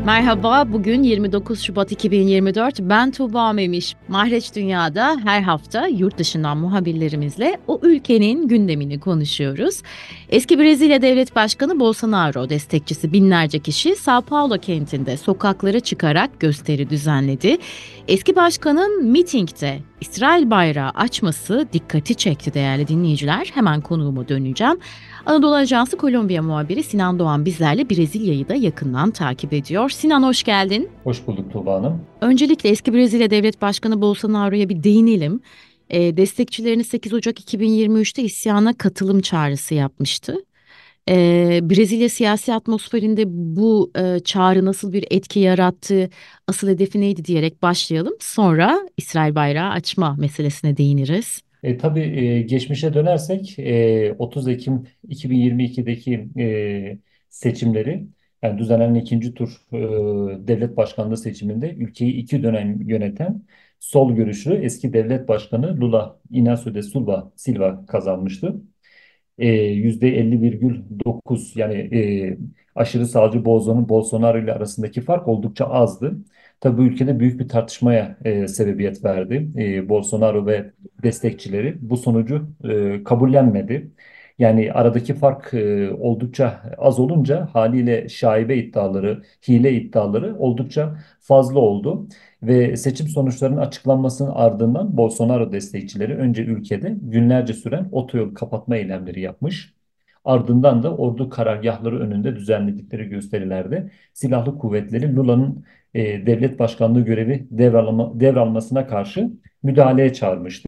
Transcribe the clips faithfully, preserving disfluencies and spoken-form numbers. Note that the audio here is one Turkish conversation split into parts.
Merhaba, bugün yirmi dokuz Şubat iki bin yirmi dört. Ben Tuğba Memiş. Mahreç Dünya'da her hafta yurt dışından muhabirlerimizle o ülkenin gündemini konuşuyoruz. Eski Brezilya Devlet Başkanı Bolsonaro destekçisi binlerce kişi São Paulo kentinde sokaklara çıkarak gösteri düzenledi. Eski başkanın mitingde İsrail bayrağı açması dikkati çekti değerli dinleyiciler. Hemen konuğuma döneceğim. Anadolu Ajansı Kolombiya muhabiri Sinan Doğan bizlerle Brezilya'yı da yakından takip ediyor. Sinan hoş geldin. Hoş bulduk Tuğba Hanım. Öncelikle eski Brezilya Devlet Başkanı Bolsonaro'ya bir değinelim. E, destekçilerini sekiz Ocak iki bin yirmi üçte isyana katılım çağrısı yapmıştı. E, Brezilya siyasi atmosferinde bu e, çağrı nasıl bir etki yarattı, asıl hedefi neydi diyerek başlayalım. Sonra İsrail bayrağı açma meselesine değiniriz. E, tabii e, geçmişe dönersek e, otuz Ekim iki bin yirmi ikideki e, seçimleri yani düzenlenen ikinci tur e, devlet başkanlığı seçiminde ülkeyi iki dönem yöneten sol görüşlü eski devlet başkanı Lula Inácio de Silva, Silva kazanmıştı. e, yüzde elli virgül dokuz yani e, aşırı sağcı Bolsonaro, Bolsonaro ile arasındaki fark oldukça azdı. Tabii bu ülkede büyük bir tartışmaya e, sebebiyet verdi. E, Bolsonaro ve destekçileri bu sonucu e, kabullenmedi. Yani aradaki fark e, oldukça az olunca haliyle şaibe iddiaları, hile iddiaları oldukça fazla oldu. Ve seçim sonuçlarının açıklanmasının ardından Bolsonaro destekçileri önce ülkede günlerce süren otoyol kapatma eylemleri yapmış. Ardından da ordu karargahları önünde düzenledikleri gösterilerde silahlı kuvvetleri Lula'nın e, devlet başkanlığı görevi devralma, devralmasına karşı müdahaleye çağırmıştı.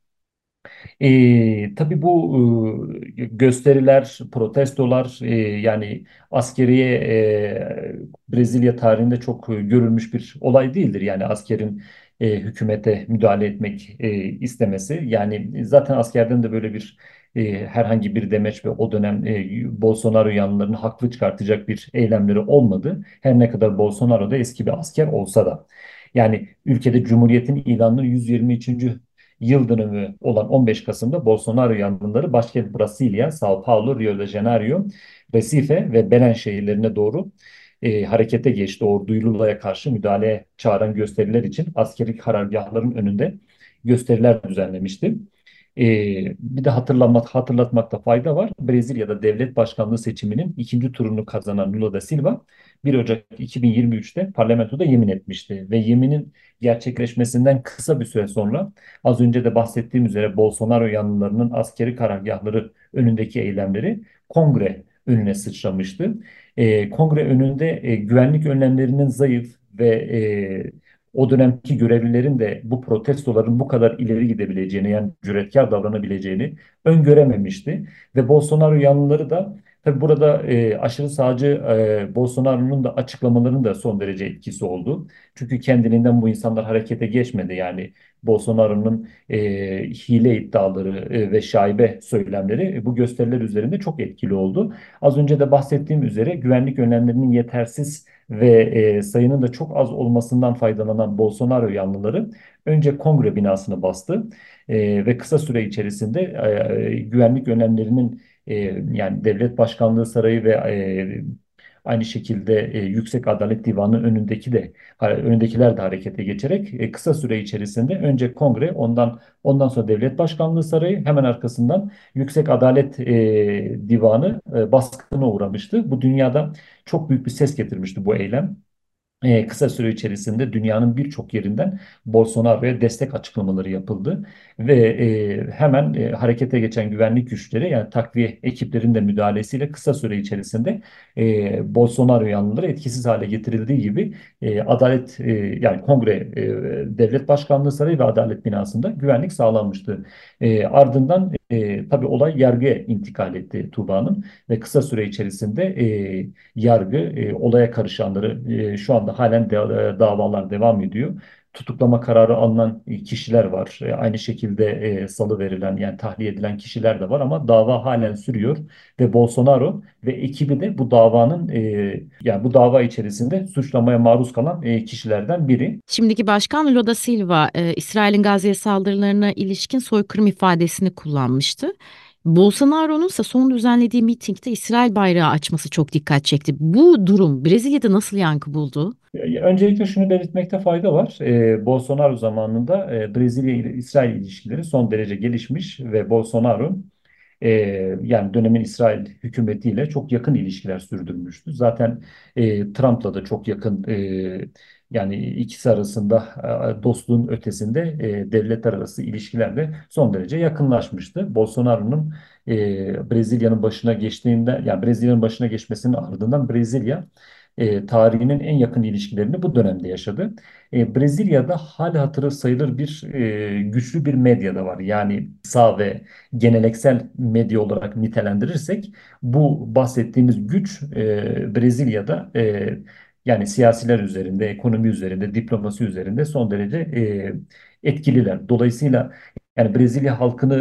E, tabii bu e, gösteriler, protestolar e, yani askeriye e, Brezilya tarihinde çok e, görülmüş bir olay değildir. Yani askerin e, hükümete müdahale etmek e, istemesi. Yani zaten askerden de böyle bir e, herhangi bir demeç ve o dönem e, Bolsonaro yanlılarını haklı çıkartacak bir eylemleri olmadı. Her ne kadar Bolsonaro da eski bir asker olsa da. Yani ülkede Cumhuriyet'in ilanının yüz yirmi üçüncü yıl dönümü olan on beş Kasım'da Bolsonaro yanlıları başkent Brasilia, São Paulo, Rio de Janeiro, Recife ve Belen şehirlerine doğru e, harekete geçti. Orduyu Lula'ya karşı müdahaleye çağıran gösteriler için askeri karargahların önünde gösteriler düzenlemişti. Ee, bir de hatırlamak, hatırlatmakta fayda var. Brezilya'da devlet başkanlığı seçiminin ikinci turunu kazanan Lula da Silva bir Ocak iki bin yirmi üçte parlamentoda yemin etmişti ve yeminin gerçekleşmesinden kısa bir süre sonra az önce de bahsettiğim üzere Bolsonaro yanlılarının askeri karargahları önündeki eylemleri kongre önüne sıçramıştı. Ee, kongre önünde e, güvenlik önlemlerinin zayıf ve e, o dönemki görevlilerin de bu protestoların bu kadar ileri gidebileceğini yani cüretkar davranabileceğini öngörememişti. Ve Bolsonaro yanlıları da tabii burada e, aşırı sağcı e, Bolsonaro'nun da açıklamalarının da son derece etkisi oldu. Çünkü kendiliğinden bu insanlar harekete geçmedi. Yani Bolsonaro'nun e, hile iddiaları e, ve şaibe söylemleri e, bu gösteriler üzerinde çok etkili oldu. Az önce de bahsettiğim üzere güvenlik önlemlerinin yetersiz ve e, sayının da çok az olmasından faydalanan Bolsonaro yanlıları önce kongre binasını bastı. E, ve kısa süre içerisinde e, güvenlik önlemlerinin e, yani Devlet Başkanlığı Sarayı ve e, aynı şekilde e, Yüksek Adalet Divanı önündeki de ha- önündekiler de harekete geçerek e, kısa süre içerisinde önce kongre ondan ondan sonra Devlet Başkanlığı Sarayı hemen arkasından Yüksek Adalet e, Divanı e, baskına uğramıştı. Bu dünyada çok büyük bir ses getirmişti bu eylem. E, kısa süre içerisinde dünyanın birçok yerinden Bolsonaro'ya destek açıklamaları yapıldı ve e, hemen e, harekete geçen güvenlik güçleri yani takviye ekiplerinin de müdahalesiyle kısa süre içerisinde e, Bolsonaro yanlıları etkisiz hale getirildiği gibi e, adalet e, yani Kongre e, Devlet Başkanlığı Sarayı ve Adalet Binası'nda güvenlik sağlanmıştı. E, ardından e, tabii olay yargıya intikal etti Tuğba'nın ve kısa süre içerisinde e, yargı e, olaya karışanları e, şu anda halen de, e, davalar devam ediyor. Tutuklama kararı alınan e, kişiler var. E, aynı şekilde e, salı verilen yani tahliye edilen kişiler de var ama dava halen sürüyor ve Bolsonaro ve ekibi de bu davanın e, yani bu dava içerisinde suçlamaya maruz kalan e, kişilerden biri. Şimdiki başkan Lula da Silva, e, İsrail'in Gazze saldırılarına ilişkin soykırım ifadesini kullanmıştı. Bolsonaro'nun ise son düzenlediği mitingde İsrail bayrağı açması çok dikkat çekti. Bu durum Brezilya'da nasıl yankı buldu? E, Öncelikle şunu belirtmekte fayda var. Ee, Bolsonaro zamanında e, Brezilya ile İsrail ilişkileri son derece gelişmiş ve Bolsonaro e, yani dönemin İsrail hükümetiyle çok yakın ilişkiler sürdürmüştü. Zaten e, Trump'la da çok yakın, e, yani ikisi arasında e, dostluğun ötesinde e, devletler arası ilişkiler de son derece yakınlaşmıştı. Bolsonaro'nun e, Brezilya'nın başına geçtiğinde, yani Brezilya'nın başına geçmesinin ardından Brezilya e, tarihinin en yakın ilişkilerini bu dönemde yaşadı. E, Brezilya'da hal hatırı sayılır bir e, güçlü bir medya da var. Yani sağ ve geleneksel medya olarak nitelendirirsek bu bahsettiğimiz güç e, Brezilya'da e, yani siyasiler üzerinde, ekonomi üzerinde, diplomasi üzerinde son derece e, etkililer. Dolayısıyla yani Brezilya halkını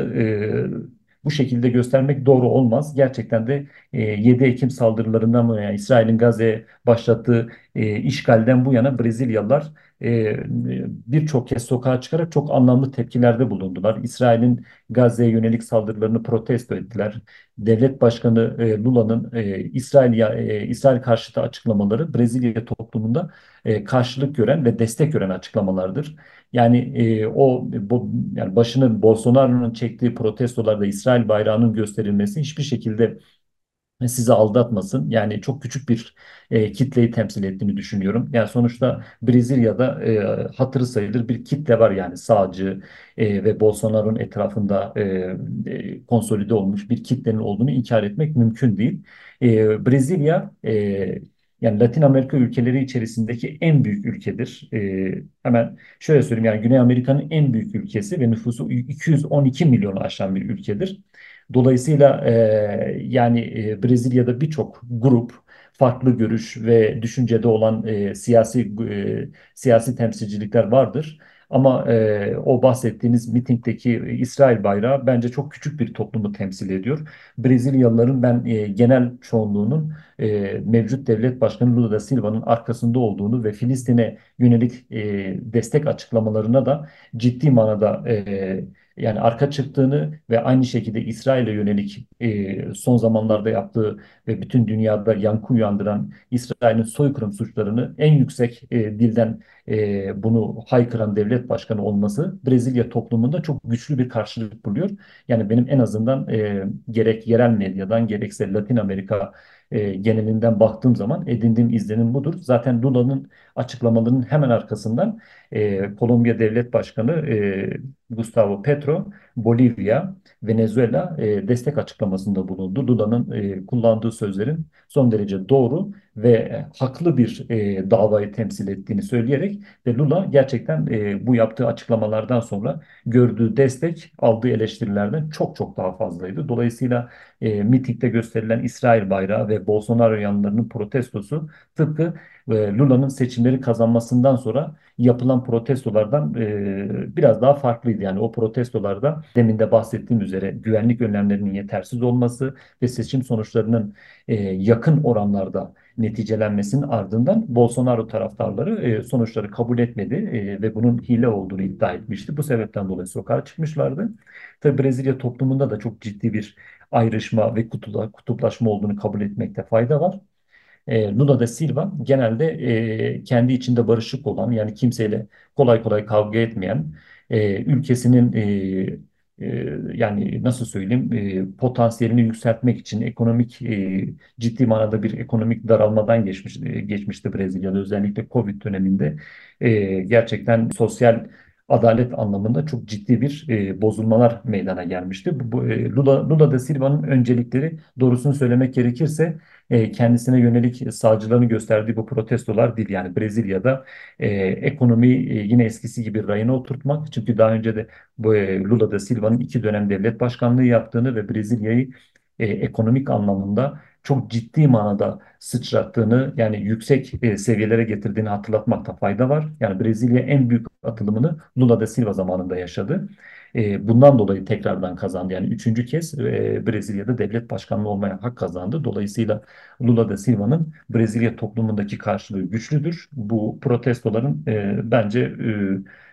e, bu şekilde göstermek doğru olmaz. Gerçekten de e, yedi Ekim saldırılarından bu yana, yani İsrail'in Gazze'ye başlattığı e, işgalden bu yana Brezilyalılar e, birçok kez sokağa çıkarak çok anlamlı tepkilerde bulundular. İsrail'in Gazze'ye yönelik saldırılarını protesto ettiler. Devlet Başkanı e, Lula'nın e, İsrail e, İsrail karşıtı açıklamaları Brezilya toplumunda e, karşılık gören ve destek gören açıklamalardır. Yani e, o bu, yani başını Bolsonaro'nun çektiği protestolarda İsrail bayrağının gösterilmesi hiçbir şekilde sizi aldatmasın. Yani çok küçük bir e, kitleyi temsil ettiğini düşünüyorum. Yani sonuçta Brezilya'da e, hatırı sayılır bir kitle var, yani sağcı e, ve Bolsonaro'nun etrafında e, e, konsolide olmuş bir kitlenin olduğunu inkar etmek mümkün değil. E, Brezilya e, yani Latin Amerika ülkeleri içerisindeki en büyük ülkedir. E, hemen şöyle söyleyeyim, yani Güney Amerika'nın en büyük ülkesi ve nüfusu iki yüz on iki milyonu aşan bir ülkedir. Dolayısıyla e, yani e, Brezilya'da birçok grup, farklı görüş ve düşüncede olan e, siyasi e, siyasi temsilcilikler vardır. Ama e, o bahsettiğiniz mitingdeki İsrail bayrağı bence çok küçük bir toplumu temsil ediyor. Brezilyalıların ben e, genel çoğunluğunun e, mevcut devlet başkanı Lula da Silva'nın arkasında olduğunu ve Filistin'e yönelik e, destek açıklamalarına da ciddi manada e, yani arka çıktığını ve aynı şekilde İsrail'e yönelik e, son zamanlarda yaptığı ve bütün dünyada yankı uyandıran İsrail'in soykırım suçlarını en yüksek e, dilden e, bunu haykıran devlet başkanı olması Brezilya toplumunda çok güçlü bir karşılık buluyor. Yani benim en azından e, gerek yerel medyadan gerekse Latin Amerika e, genelinden baktığım zaman edindiğim izlenim budur. Zaten Lula'nın açıklamalarının hemen arkasından e, Kolombiya Devlet Başkanı e, Gustavo Petro, Bolivya, Venezuela e, destek açıklamasında bulundu. Lula'nın e, kullandığı sözlerin son derece doğru ve e, haklı bir e, davayı temsil ettiğini söyleyerek ve Lula gerçekten e, bu yaptığı açıklamalardan sonra gördüğü destek aldığı eleştirilerden çok çok daha fazlaydı. Dolayısıyla e, mitingde gösterilen İsrail bayrağı ve Bolsonaro yanlarının protestosu tıpkı e, Lula'nın seçimleri kazanmasından sonra yapılan protestolardan e, biraz daha farklıydı. Yani o protestolarda demin de bahsettiğim üzere güvenlik önlemlerinin yetersiz olması ve seçim sonuçlarının e, yakın oranlarda neticelenmesinin ardından Bolsonaro taraftarları e, sonuçları kabul etmedi e, ve bunun hile olduğunu iddia etmişti. Bu sebepten dolayı sokağa çıkmışlardı. Tabii Brezilya toplumunda da çok ciddi bir ayrışma ve kutula- kutuplaşma olduğunu kabul etmekte fayda var. E, Lula da Silva genelde e, kendi içinde barışık olan, yani kimseyle kolay kolay kavga etmeyen, e, ülkesinin e, e, yani nasıl söyleyeyim e, potansiyelini yükseltmek için ekonomik e, ciddi manada bir ekonomik daralmadan geçmiş e, geçmişti Brezilya'da, özellikle Covid döneminde e, gerçekten sosyal adalet anlamında çok ciddi bir e, bozulmalar meydana gelmişti. Bu, bu, e, Lula, Lula da Silva'nın öncelikleri, doğrusunu söylemek gerekirse, e, kendisine yönelik sağcıların gösterdiği bu protestolar değil. Yani Brezilya'da e, ekonomiyi e, yine eskisi gibi rayına oturtmak. Çünkü daha önce de bu e, Lula da Silva'nın iki dönem devlet başkanlığı yaptığını ve Brezilya'yı e, ekonomik anlamında çok ciddi manada sıçrattığını, yani yüksek e, seviyelere getirdiğini hatırlatmakta fayda var. Yani Brezilya en büyük atılımını Lula da Silva zamanında yaşadı. E, bundan dolayı tekrardan kazandı. Yani üçüncü kez e, Brezilya'da devlet başkanlığı olmaya hak kazandı. Dolayısıyla Lula da Silva'nın Brezilya toplumundaki karşılığı güçlüdür. Bu protestoların e, bence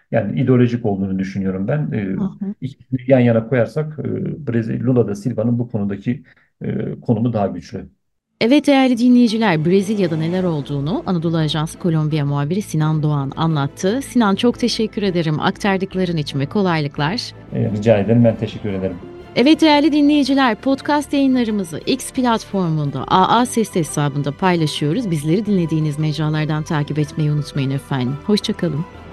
Yani ideolojik olduğunu düşünüyorum ben. Hı E, hı. ikisini yan yana koyarsak e, Brezilya, Lula da Silva'nın bu konudaki e, konumu daha güçlü. Evet değerli dinleyiciler, Brezilya'da neler olduğunu Anadolu Ajansı Kolombiya muhabiri Sinan Doğan anlattı. Sinan, çok teşekkür ederim aktardıkların için ve kolaylıklar. E, rica ederim. Ben teşekkür ederim. Evet değerli dinleyiciler, podcast yayınlarımızı X platformunda A A Ses hesabında paylaşıyoruz. Bizleri dinlediğiniz mecralardan takip etmeyi unutmayın efendim. Hoşça kalın.